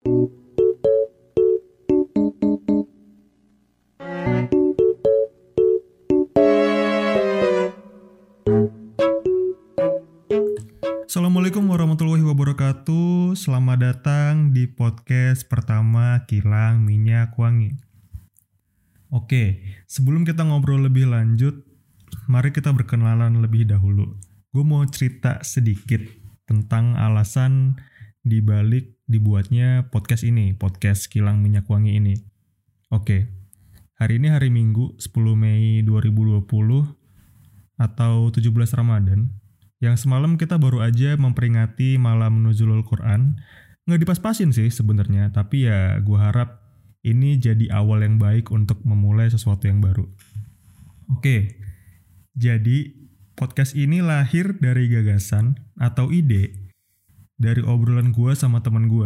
Assalamualaikum warahmatullahi wabarakatuh. Selamat datang di podcast pertama Kilang Minyak Wangi. Oke, sebelum kita ngobrol lebih lanjut, mari kita berkenalan lebih dahulu. Gue mau cerita sedikit tentang alasan dibalik dibuatnya podcast ini, podcast Kilang Minyak Wangi ini. Oke, hari ini hari Minggu 10 Mei 2020 atau 17 Ramadan. Yang semalam kita baru aja memperingati malam nuzulul Quran. Nggak dipas-pasin sih sebenarnya, tapi ya gue harap ini jadi awal yang baik untuk memulai sesuatu yang baru. Oke, jadi podcast ini lahir dari gagasan atau ide dari obrolan gue sama teman gue.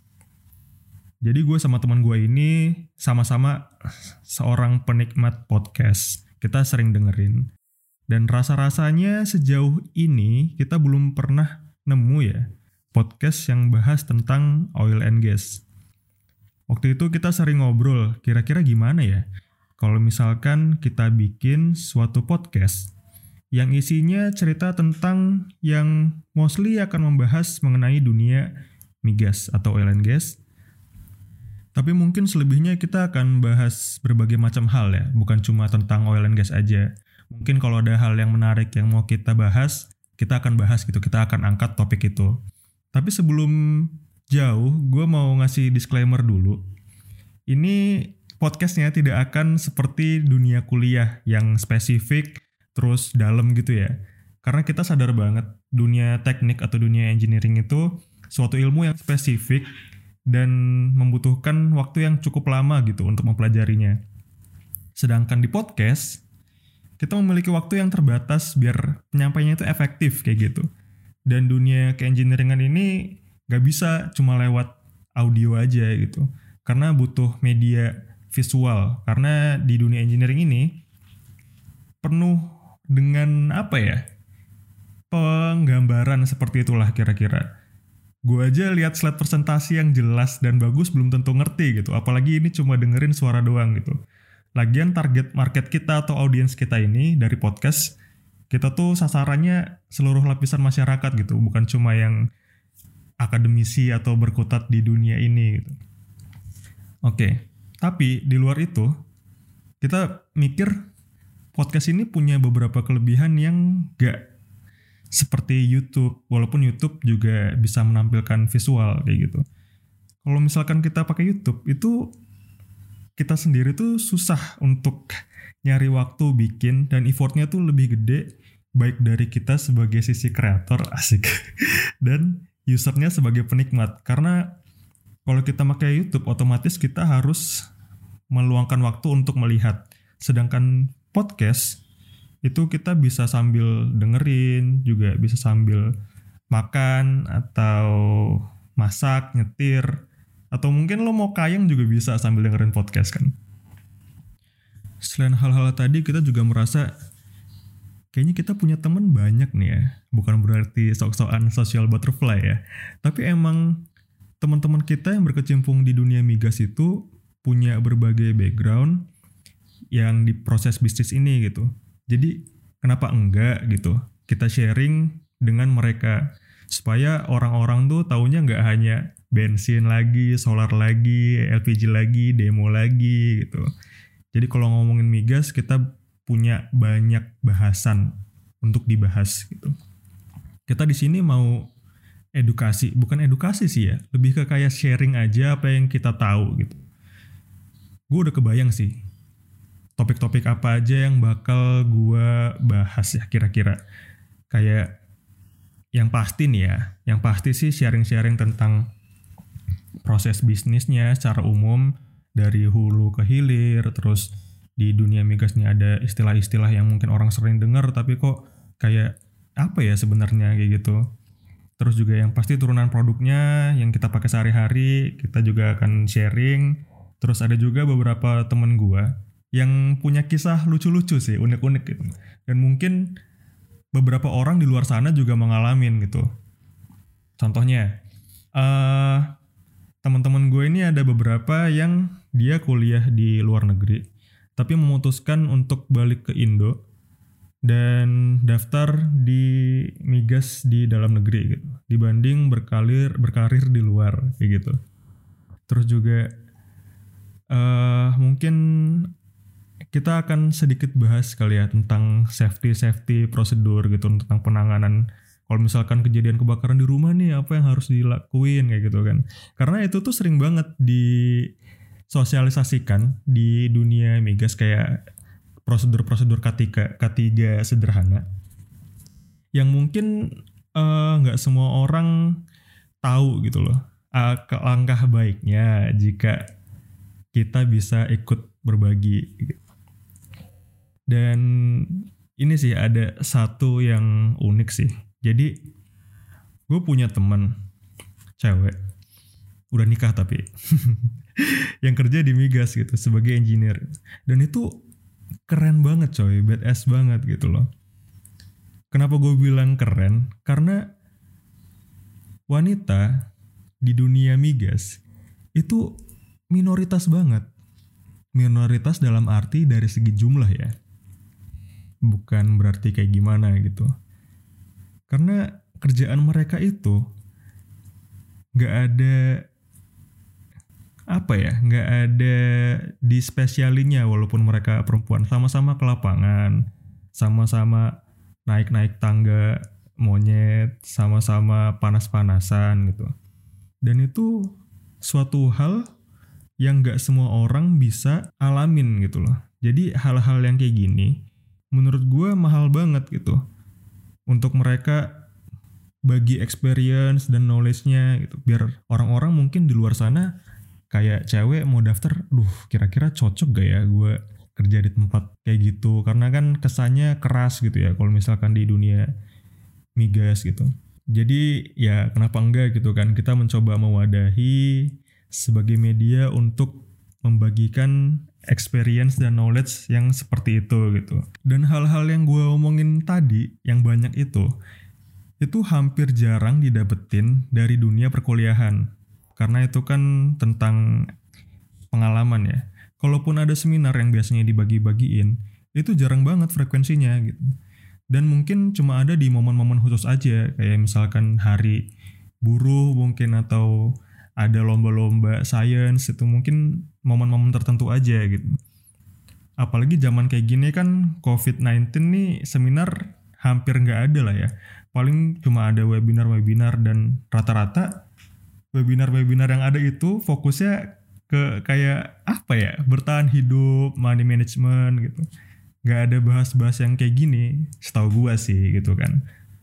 Jadi gue sama teman gue ini sama-sama seorang penikmat podcast. Kita sering dengerin. Dan rasa-rasanya sejauh ini kita belum pernah nemu ya podcast yang bahas tentang oil and gas. Waktu itu kita sering ngobrol, kira-kira gimana ya kalau misalkan kita bikin suatu podcast yang isinya cerita tentang yang mostly akan membahas mengenai dunia migas atau oil and gas. Tapi mungkin selebihnya kita akan bahas berbagai macam hal ya, bukan cuma tentang oil and gas aja. Mungkin kalau ada hal yang menarik yang mau kita bahas, kita akan bahas gitu, kita akan angkat topik itu. Tapi sebelum jauh, gue mau ngasih disclaimer dulu. Ini podcastnya tidak akan seperti dunia kuliah yang spesifik, terus dalam gitu ya. Karena kita sadar banget, dunia teknik atau dunia engineering itu suatu ilmu yang spesifik dan membutuhkan waktu yang cukup lama gitu untuk mempelajarinya. Sedangkan di podcast, kita memiliki waktu yang terbatas biar penyampaiannya itu efektif kayak gitu. Dan dunia keengineeringan ini gak bisa cuma lewat audio aja gitu. Karena butuh media visual. Karena di dunia engineering ini penuh dengan penggambaran seperti itulah kira-kira. Gue aja lihat slide presentasi yang jelas dan bagus belum tentu ngerti gitu. Apalagi ini cuma dengerin suara doang gitu. Lagian target market kita atau audiens kita ini dari podcast, kita tuh sasarannya seluruh lapisan masyarakat gitu, bukan cuma yang akademisi atau berkutat di dunia ini gitu. Oke, tapi di luar itu, kita mikir podcast ini punya beberapa kelebihan yang gak seperti YouTube, walaupun YouTube juga bisa menampilkan visual kayak gitu. Kalau misalkan kita pakai YouTube, itu kita sendiri tuh susah untuk nyari waktu bikin dan effortnya tuh lebih gede baik dari kita sebagai sisi kreator asik dan usernya sebagai penikmat. Karena kalau kita pakai YouTube otomatis kita harus meluangkan waktu untuk melihat. Sedangkan podcast itu kita bisa sambil dengerin, juga bisa sambil makan atau masak, nyetir. Atau mungkin lo mau kayang juga bisa sambil dengerin podcast kan. Selain hal-hal tadi kita juga merasa kayaknya kita punya teman banyak nih ya. Bukan berarti sok-sokan social butterfly ya. Tapi emang teman-teman kita yang berkecimpung di dunia migas itu punya berbagai background yang di proses bisnis ini gitu. Jadi kenapa enggak gitu kita sharing dengan mereka supaya orang-orang tuh taunya nggak hanya bensin lagi, solar lagi, LPG lagi, demo lagi gitu. Jadi kalau ngomongin migas kita punya banyak bahasan untuk dibahas gitu. Kita di sini mau edukasi, bukan edukasi sih ya, lebih ke kayak sharing aja apa yang kita tahu gitu. Gue udah kebayang sih topik-topik apa aja yang bakal gue bahas ya kira-kira. Kayak yang pasti nih ya, yang pasti sih sharing-sharing tentang proses bisnisnya secara umum dari hulu ke hilir. Terus di dunia migas nih ada istilah-istilah yang mungkin orang sering dengar tapi kok kayak apa ya sebenarnya kayak gitu. Terus juga yang pasti turunan produknya yang kita pakai sehari-hari kita juga akan sharing. Terus ada juga beberapa temen gua yang punya kisah lucu-lucu sih, unik-unik gitu. Dan mungkin beberapa orang di luar sana juga mengalamin gitu. Contohnya, teman-teman gue ini ada beberapa yang dia kuliah di luar negeri, tapi memutuskan untuk balik ke Indo dan daftar di migas di dalam negeri gitu, dibanding berkarir di luar kayak gitu. Terus juga mungkin kita akan sedikit bahas kali ya tentang safety prosedur gitu, tentang penanganan kalau misalkan kejadian kebakaran di rumah nih apa yang harus dilakuin kayak gitu kan. Karena itu tuh sering banget disosialisasikan di dunia migas, kayak prosedur-prosedur K3 sederhana yang mungkin nggak semua orang tahu gitu loh. Langkah baiknya jika kita bisa ikut berbagi gitu. Dan ini sih ada satu yang unik sih. Jadi gue punya teman cewek, udah nikah tapi yang kerja di migas gitu sebagai engineer. Dan itu keren banget coy, badass banget gitu loh. Kenapa gue bilang keren? Karena wanita di dunia migas itu minoritas banget. Minoritas dalam arti dari segi jumlah ya. Bukan berarti kayak gimana gitu. Karena kerjaan mereka itu gak ada gak ada di spesialinya, walaupun mereka perempuan. Sama-sama ke lapangan, sama-sama naik-naik tangga monyet, sama-sama panas-panasan gitu. Dan itu suatu hal yang gak semua orang bisa alamin gitu loh. Jadi hal-hal yang kayak gini menurut gue mahal banget gitu untuk mereka bagi experience dan knowledge-nya gitu, biar orang-orang mungkin di luar sana kayak cewek mau daftar, kira-kira cocok gak ya gue kerja di tempat kayak gitu, karena kan kesannya keras gitu ya kalau misalkan di dunia migas gitu. Jadi ya kenapa enggak gitu kan, kita mencoba mewadahi sebagai media untuk membagikan experience dan knowledge yang seperti itu gitu. Dan hal-hal yang gue omongin tadi yang banyak itu hampir jarang didapetin dari dunia perkuliahan. Karena itu kan tentang pengalaman ya. Kalaupun ada seminar yang biasanya dibagi-bagiin, itu jarang banget frekuensinya gitu. Dan mungkin cuma ada di momen-momen khusus aja, kayak misalkan hari buruh mungkin, atau ada lomba-lomba sains, itu mungkin momen-momen tertentu aja gitu. Apalagi zaman kayak gini kan COVID-19 nih, seminar hampir nggak ada lah ya. Paling cuma ada webinar-webinar, dan rata-rata webinar-webinar yang ada itu fokusnya ke kayak bertahan hidup, money management gitu. Nggak ada bahas-bahas yang kayak gini, setahu gua sih gitu kan.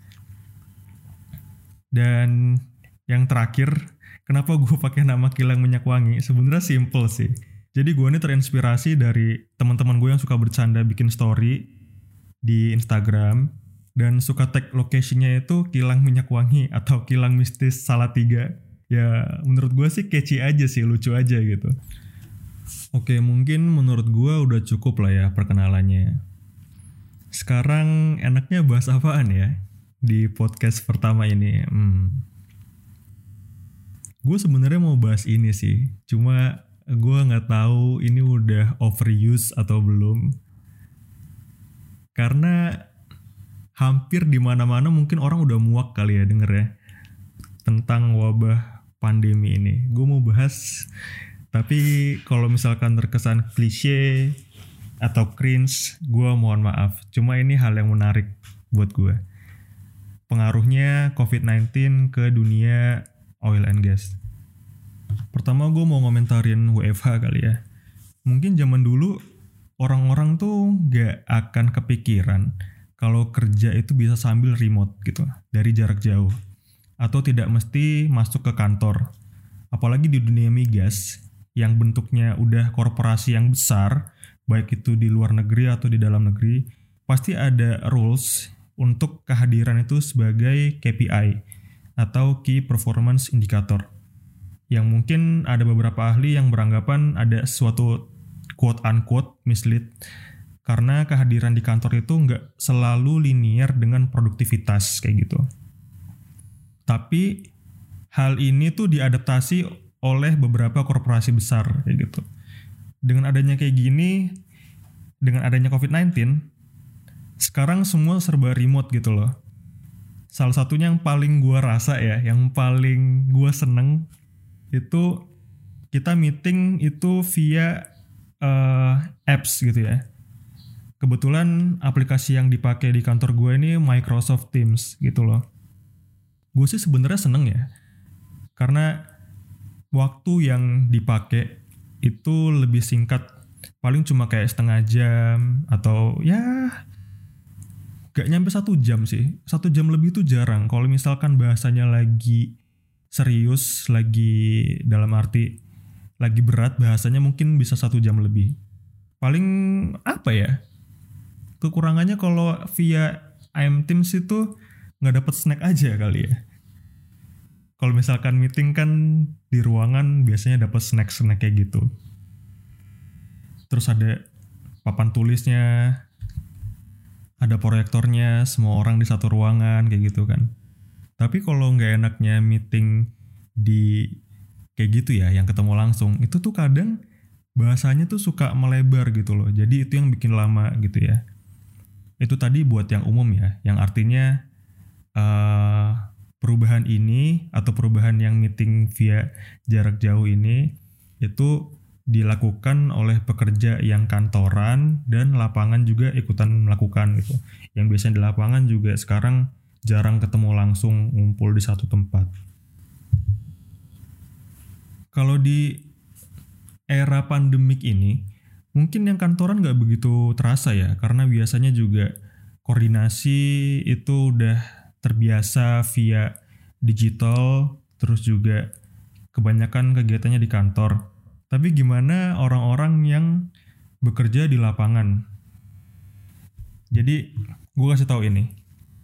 Dan yang terakhir, kenapa gue pakai nama Kilang Minyak Wangi? Sebenarnya simple sih. Jadi gue ini terinspirasi dari teman-teman gue yang suka bercanda bikin story di Instagram dan suka tag location-nya itu Kilang Minyak Wangi atau Kilang Mistis Salatiga. Ya menurut gue sih catchy aja sih, lucu aja gitu. Oke, mungkin menurut gue udah cukup lah ya perkenalannya. Sekarang enaknya bahas apaan ya di podcast pertama ini? Gue sebenarnya mau bahas ini sih, cuma gue nggak tahu ini udah overuse atau belum. Karena hampir di mana-mana mungkin orang udah muak kali ya denger ya tentang wabah pandemi ini. Gue mau bahas, tapi kalau misalkan terkesan klise atau cringe, gue mohon maaf. Cuma ini hal yang menarik buat gue. Pengaruhnya COVID-19 ke dunia oil and gas. Pertama gue mau ngomentarin WFH kali ya. Mungkin zaman dulu orang-orang tuh gak akan kepikiran kalau kerja itu bisa sambil remote gitu, dari jarak jauh. Atau tidak mesti masuk ke kantor. Apalagi di dunia migas yang bentuknya udah korporasi yang besar, baik itu di luar negeri atau di dalam negeri, pasti ada rules untuk kehadiran itu sebagai KPI atau Key Performance Indicator. Yang mungkin ada beberapa ahli yang beranggapan ada suatu quote-unquote mislead karena kehadiran di kantor itu nggak selalu linear dengan produktivitas kayak gitu. Tapi hal ini tuh diadaptasi oleh beberapa korporasi besar kayak gitu. Dengan adanya kayak gini, dengan adanya COVID-19, sekarang semua serba remote gitu loh. Salah satunya yang paling gue rasa ya, yang paling gue seneng itu kita meeting itu via apps gitu ya. Kebetulan aplikasi yang dipakai di kantor gue ini Microsoft Teams gitu loh. Gue sih sebenarnya seneng ya, karena waktu yang dipakai itu lebih singkat, paling cuma kayak setengah jam atau ya gak nyampe 1 jam sih. 1 jam lebih tuh jarang. Kalau misalkan bahasanya lagi serius, lagi dalam arti lagi berat bahasanya, mungkin bisa 1 jam lebih. Paling apa ya, kekurangannya kalau via IM Teams itu gak dapet snack aja kali ya. Kalau misalkan meeting kan di ruangan biasanya dapet snack-snack kayak gitu. Terus ada papan tulisnya, ada proyektornya, semua orang di satu ruangan kayak gitu kan. Tapi kalau nggak enaknya meeting di kayak gitu ya, yang ketemu langsung, itu tuh kadang bahasanya tuh suka melebar gitu loh. Jadi itu yang bikin lama gitu ya. Itu tadi buat yang umum ya, yang artinya perubahan ini atau perubahan yang meeting via jarak jauh ini itu dilakukan oleh pekerja yang kantoran dan lapangan juga ikutan melakukan gitu. Yang biasanya di lapangan juga sekarang jarang ketemu langsung ngumpul di satu tempat. Kalau di era pandemik ini, mungkin yang kantoran nggak begitu terasa ya, karena biasanya juga koordinasi itu udah terbiasa via digital, terus juga kebanyakan kegiatannya di kantor. Tapi gimana orang-orang yang bekerja di lapangan? Jadi gue kasih tahu ini.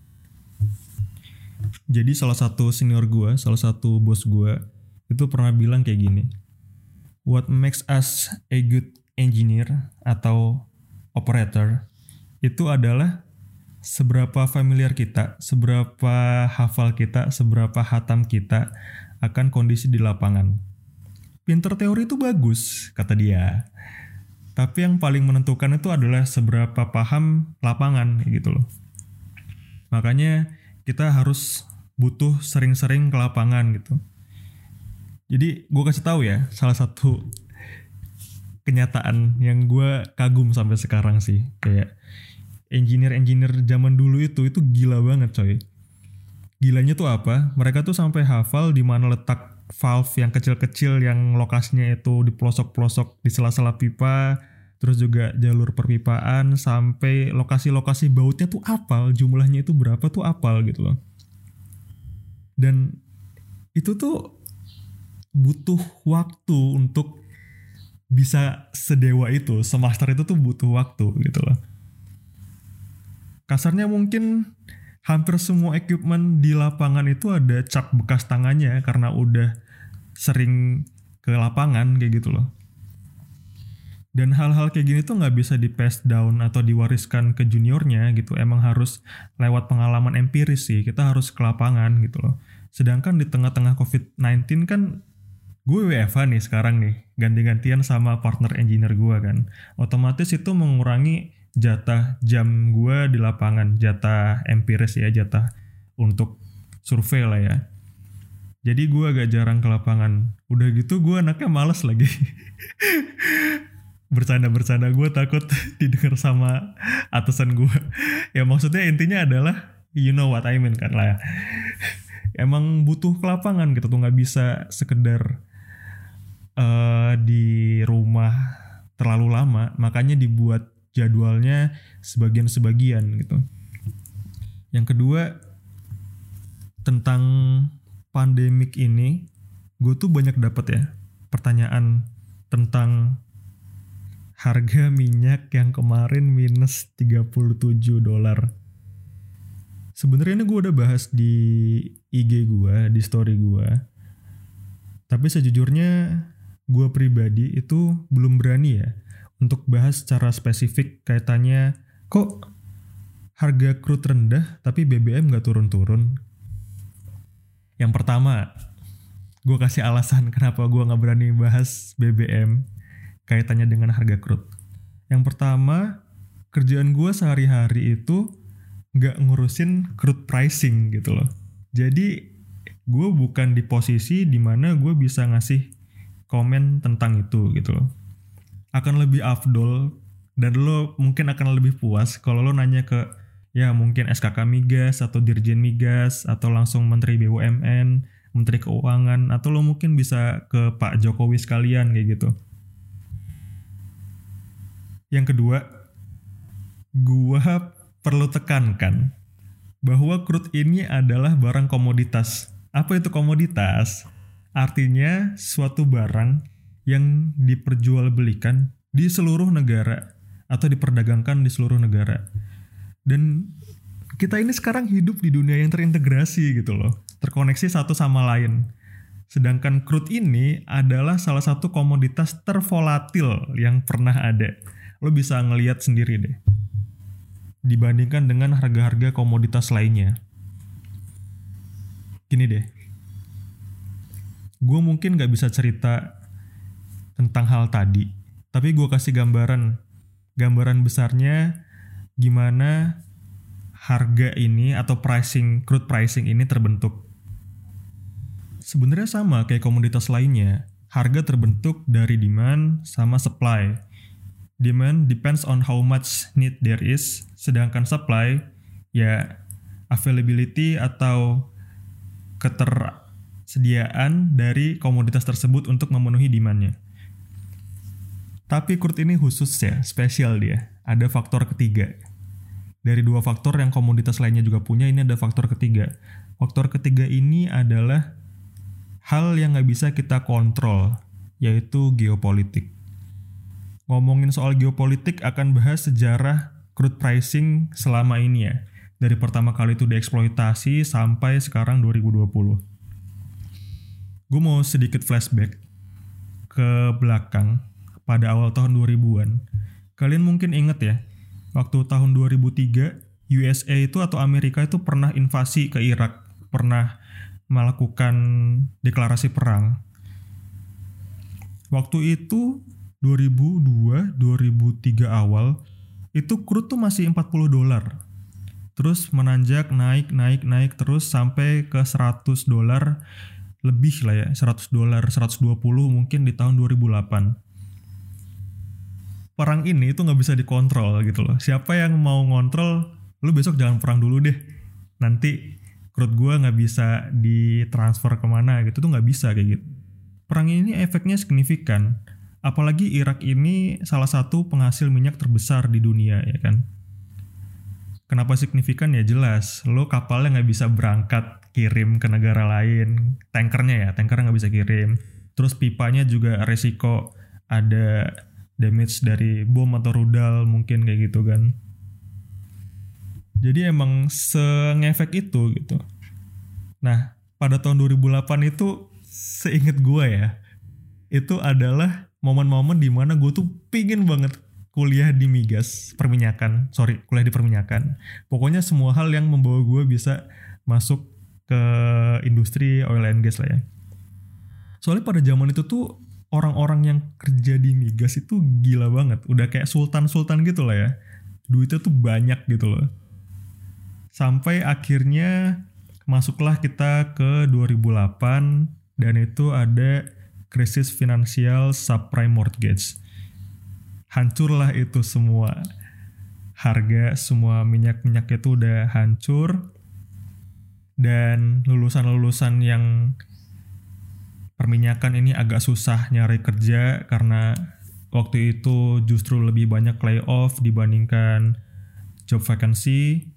Jadi salah satu senior gue, salah satu bos gue itu pernah bilang kayak gini. What makes us a good engineer atau operator itu adalah seberapa familiar kita, seberapa hafal kita, seberapa hatam kita akan kondisi di lapangan. Pinter teori itu bagus, kata dia. Tapi yang paling menentukan itu adalah seberapa paham lapangan, gitu loh. Makanya kita harus butuh sering-sering ke lapangan gitu. Jadi gue kasih tahu ya, salah satu kenyataan yang gue kagum sampai sekarang sih. Kayak engineer-engineer zaman dulu itu gila banget coy. Gilanya tuh apa? Mereka tuh sampai hafal di mana letak valve yang kecil-kecil yang lokasinya itu di pelosok-pelosok di sela-sela pipa, terus juga jalur perpipaan sampai lokasi-lokasi bautnya tuh apal, jumlahnya itu berapa tuh apal gitu loh. Dan itu tuh butuh waktu untuk bisa sedewa itu, semaster itu tuh butuh waktu gitu loh. Kasarnya mungkin hampir semua equipment di lapangan itu ada cap bekas tangannya karena udah sering ke lapangan kayak gitu loh. Dan hal-hal kayak gini tuh nggak bisa di pass down atau diwariskan ke juniornya gitu. Emang harus lewat pengalaman empiris sih. Kita harus ke lapangan gitu loh. Sedangkan di tengah-tengah COVID-19 kan gue WFH nih sekarang nih. Ganti-gantian sama partner engineer gue kan. Otomatis itu mengurangi jatah jam gue di lapangan, jatah empiris ya, jatah untuk survei lah ya. Jadi gue agak jarang ke lapangan. Udah gitu gue anaknya malas lagi. Bercanda-bercanda gue takut didengar sama atasan gue. Ya maksudnya intinya adalah you know what I mean kan lah. Emang butuh ke lapangan gitu tuh, gak bisa sekedar di rumah terlalu lama. Makanya dibuat jadwalnya sebagian-sebagian gitu. Yang kedua, tentang pandemik ini, gue tuh banyak dapat ya pertanyaan tentang harga minyak yang kemarin minus $37. Sebenarnya ini gue udah bahas di IG gue, di story gue. Tapi sejujurnya gue pribadi itu belum berani ya untuk bahas secara spesifik kaitannya kok harga crude rendah tapi BBM gak turun-turun. Yang pertama, gue kasih alasan kenapa gue nggak berani bahas BBM kaitannya dengan harga crude. Yang pertama, kerjaan gue sehari-hari itu nggak ngurusin crude pricing gitu loh. Jadi gue bukan di posisi dimana gue bisa ngasih komen tentang itu gitu loh. Akan lebih afdol dan lo mungkin akan lebih puas kalau lo nanya ke ya mungkin SKK Migas atau Dirjen Migas atau langsung Menteri BUMN, Menteri Keuangan, atau lo mungkin bisa ke Pak Jokowi sekalian kayak gitu. Yang kedua, gua perlu tekankan bahwa crude ini adalah barang komoditas. Apa itu komoditas? Artinya suatu barang yang diperjualbelikan di seluruh negara atau diperdagangkan di seluruh negara. Dan kita ini sekarang hidup di dunia yang terintegrasi gitu loh, terkoneksi satu sama lain. Sedangkan crude ini adalah salah satu komoditas tervolatil yang pernah ada. Lo bisa ngelihat sendiri deh, dibandingkan dengan harga-harga komoditas lainnya. Gini deh, gue mungkin gak bisa cerita tentang hal tadi, tapi gue kasih gambaran besarnya gimana harga ini atau crude pricing ini terbentuk. Sebenarnya sama kayak komoditas lainnya, harga terbentuk dari demand sama supply. Demand depends on how much need there is, sedangkan supply ya availability atau ketersediaan dari komoditas tersebut untuk memenuhi demand-nya. Tapi crude ini khusus ya, spesial dia. Ada faktor ketiga. Dari dua faktor yang komoditas lainnya juga punya, ini ada faktor ketiga. Faktor ketiga ini adalah hal yang nggak bisa kita kontrol, yaitu geopolitik. Ngomongin soal geopolitik akan bahas sejarah crude pricing selama ini ya. Dari pertama kali itu dieksploitasi sampai sekarang 2020. Gue mau sedikit flashback ke belakang pada awal tahun 2000-an. Kalian mungkin inget ya, waktu tahun 2003 USA itu atau Amerika itu pernah invasi ke Irak, pernah melakukan deklarasi perang. Waktu itu 2002-2003 awal itu crude tuh masih $40. Terus menanjak naik terus sampai ke $100 lebih lah ya, $100, 120 mungkin di tahun 2008. Perang ini tuh nggak bisa dikontrol gitu loh. Siapa yang mau ngontrol, lu besok jangan perang dulu deh. Nanti crude gue nggak bisa ditransfer kemana gitu tuh nggak bisa kayak gitu. Perang ini efeknya signifikan. Apalagi Irak ini salah satu penghasil minyak terbesar di dunia ya kan. Kenapa signifikan ya jelas. Lo kapalnya nggak bisa berangkat kirim ke negara lain. Tankernya nggak bisa kirim. Terus pipanya juga resiko ada damage dari bom atau rudal mungkin kayak gitu kan. Jadi emang se-ngefek itu gitu. Nah pada tahun 2008 itu seinget gue ya, itu adalah momen-momen dimana gue tuh pingin banget kuliah di migas, kuliah di perminyakan. Pokoknya semua hal yang membawa gue bisa masuk ke industri oil and gas lah ya. Soalnya pada zaman itu tuh orang-orang yang kerja di migas itu gila banget. Udah kayak sultan-sultan gitu lah ya. Duitnya tuh banyak gitu loh. Sampai akhirnya masuklah kita ke 2008 dan itu ada krisis finansial subprime mortgage. Hancurlah itu semua. Harga semua minyak-minyak itu udah hancur. Dan lulusan-lulusan yang perminyakan ini agak susah nyari kerja karena waktu itu justru lebih banyak layoff dibandingkan job vacancy.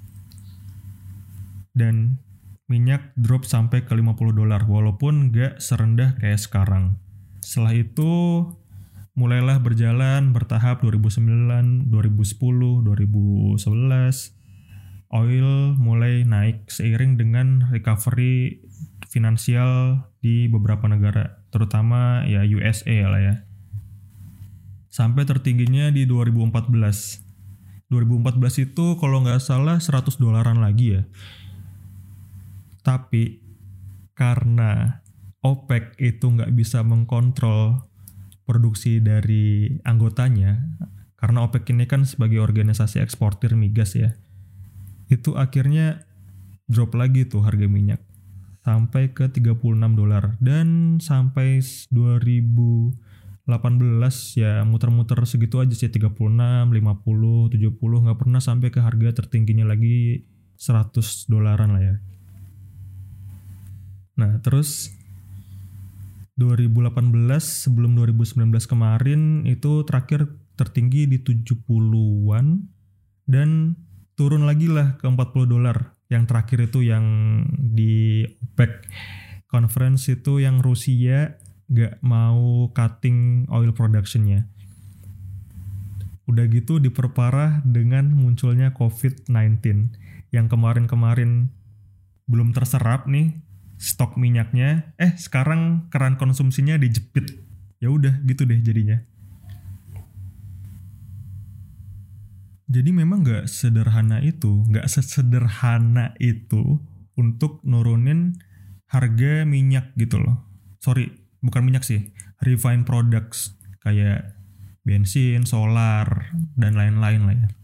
Dan minyak drop sampai ke $50 walaupun gak serendah kayak sekarang. Setelah itu mulailah berjalan bertahap 2009, 2010, 2011. Oil mulai naik seiring dengan recovery finansial di beberapa negara, terutama ya USA lah ya. Sampai tertingginya di 2014. 2014 itu kalau nggak salah $100 lagi ya. Tapi karena OPEC itu nggak bisa mengkontrol produksi dari anggotanya, karena OPEC ini kan sebagai organisasi eksportir migas ya, itu akhirnya drop lagi tuh harga minyak sampai ke $36 dan sampai 2018 ya muter-muter segitu aja sih, 36, 50, 70, nggak pernah sampai ke harga tertingginya lagi $100 lah ya. Nah terus 2018 sebelum 2019 kemarin itu terakhir tertinggi di 70-an dan turun lagi lah ke $40. Yang terakhir itu yang di OPEC conference itu yang Rusia gak mau cutting oil productionnya. Udah gitu diperparah dengan munculnya COVID-19 yang kemarin-kemarin belum terserap nih stok minyaknya, sekarang keran konsumsinya dijepit. Ya udah gitu deh jadinya. Jadi memang gak sesederhana itu untuk nurunin harga minyak gitu loh. Sorry, bukan minyak sih, refined products kayak bensin, solar, dan lain-lain lah ya.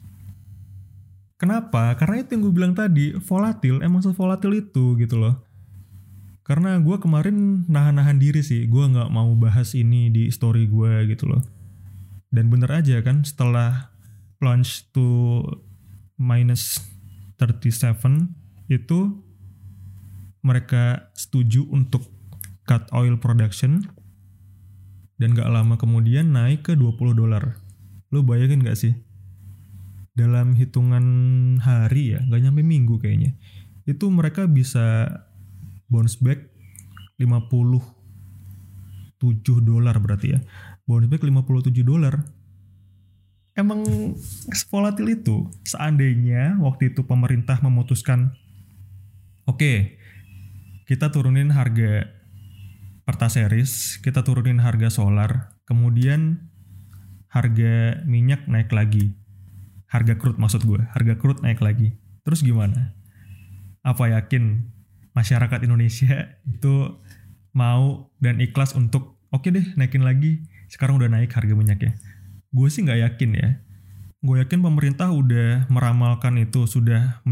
Kenapa? Karena itu yang gue bilang tadi, volatil, emang sevolatil itu gitu loh. Karena gue kemarin nahan-nahan diri sih, gue gak mau bahas ini di story gue gitu loh. Dan bener aja kan, setelah plunge to minus 37 itu mereka setuju untuk cut oil production dan gak lama kemudian naik ke $20. Lo bayangin gak sih? Dalam hitungan hari ya, gak nyampe minggu kayaknya, itu mereka bisa bounce back $57 berarti ya. Bounce back $57. Emang volatil itu. Seandainya waktu itu pemerintah memutuskan, oke, kita turunin harga Pertaseris, kita turunin harga solar, kemudian harga minyak naik lagi. Harga crude maksud gue, harga crude naik lagi. Terus gimana? Apa yakin masyarakat Indonesia itu mau dan ikhlas untuk oke deh naikin lagi, sekarang udah naik harga minyaknya? Gue sih nggak yakin ya. Gue yakin pemerintah udah meramalkan itu, sudah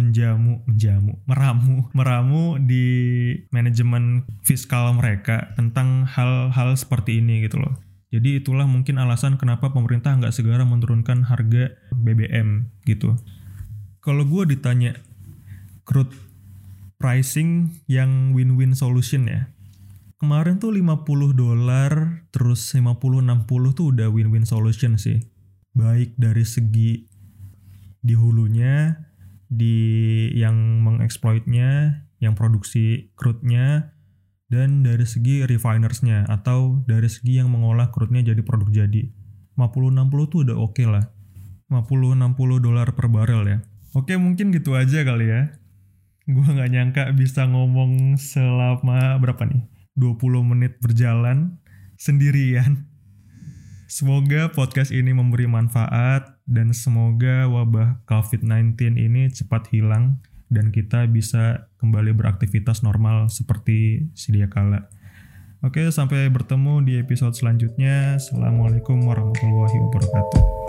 meramu di manajemen fiskal mereka tentang hal-hal seperti ini gitu loh. Jadi itulah mungkin alasan kenapa pemerintah nggak segera menurunkan harga BBM gitu. Kalau gue ditanya crude pricing yang win-win solution ya, kemarin tuh $50 terus 50-60 tuh udah win-win solution sih. Baik dari segi di hulunya, di yang mengeksploitnya, yang produksi crude-nya, dan dari segi refinersnya atau dari segi yang mengolah crude-nya jadi produk jadi. 50-60 tuh udah oke lah. $50-60 per barel ya. Oke, mungkin gitu aja kali ya. Gua gak nyangka bisa ngomong selama berapa nih? 20 menit berjalan sendirian. Semoga podcast ini memberi manfaat dan semoga wabah COVID-19 ini cepat hilang dan kita bisa kembali beraktivitas normal seperti sedia kala. Oke, sampai bertemu di episode selanjutnya. Assalamualaikum warahmatullahi wabarakatuh.